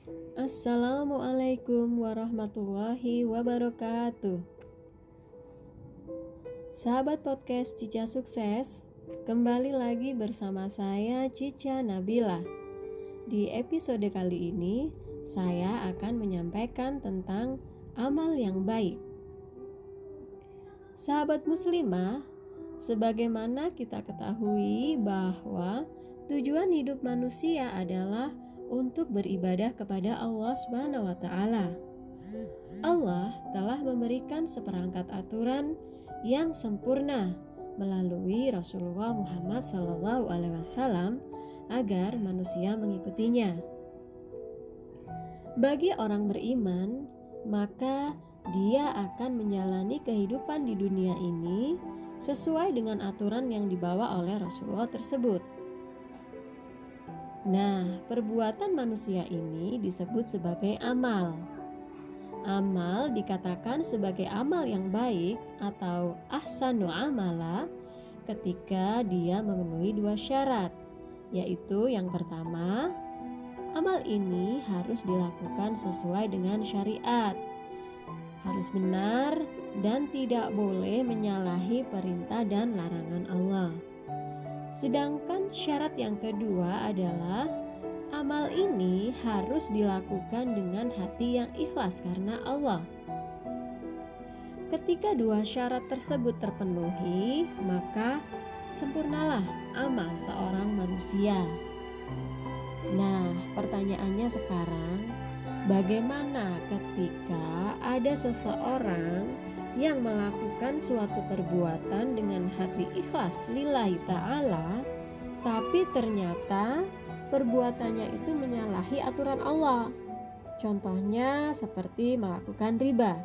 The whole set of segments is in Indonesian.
Assalamualaikum warahmatullahi wabarakatuh. Sahabat podcast Cica Sukses, kembali lagi bersama saya Cica Nabila. Di episode kali ini, saya akan menyampaikan tentang amal yang baik. Sahabat muslimah, sebagaimana kita ketahui bahwa tujuan hidup manusia adalah untuk beribadah kepada Allah Subhanahu wa Ta'ala. Allah telah memberikan seperangkat aturan yang sempurna melalui Rasulullah Muhammad SAW agar manusia mengikutinya. Bagi orang beriman, maka dia akan menjalani kehidupan di dunia ini sesuai dengan aturan yang dibawa oleh Rasulullah tersebut. Nah, perbuatan manusia ini disebut sebagai amal. Amal dikatakan sebagai amal yang baik atau ahsanu amala ketika dia memenuhi dua syarat, yaitu yang pertama, amal ini harus dilakukan sesuai dengan syariat, harus benar dan tidak boleh menyalahi perintah dan larangan Allah. Sedangkan syarat yang kedua adalah amal ini harus dilakukan dengan hati yang ikhlas karena Allah. Ketika dua syarat tersebut terpenuhi, maka sempurnalah amal seorang manusia. Nah, pertanyaannya sekarang, bagaimana ketika ada seseorang yang melakukan suatu perbuatan dengan hati ikhlas lillahi ta'ala, tapi ternyata perbuatannya itu menyalahi aturan Allah? Contohnya seperti melakukan riba.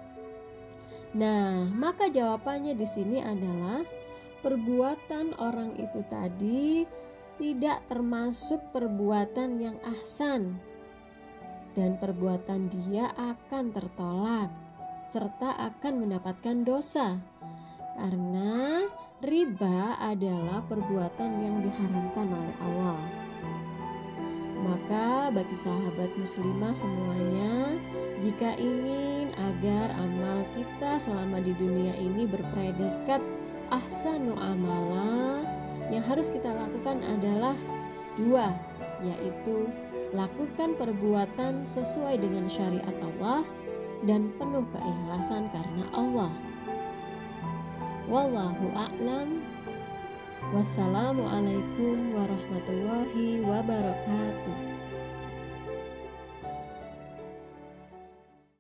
Nah, maka jawabannya di sini adalah perbuatan orang itu tadi tidak termasuk perbuatan yang ahsan, dan perbuatan dia akan tertolak serta akan mendapatkan dosa, karena riba adalah perbuatan yang diharamkan oleh Allah. Maka bagi sahabat muslimah semuanya, jika ingin agar amal kita selama di dunia ini berpredikat ahsanu amala, yang harus kita lakukan adalah dua, yaitu lakukan perbuatan sesuai dengan syariat Allah dan penuh keikhlasan karena Allah. Wallahu a'lam. Wassalamualaikum warahmatullahi wabarakatuh.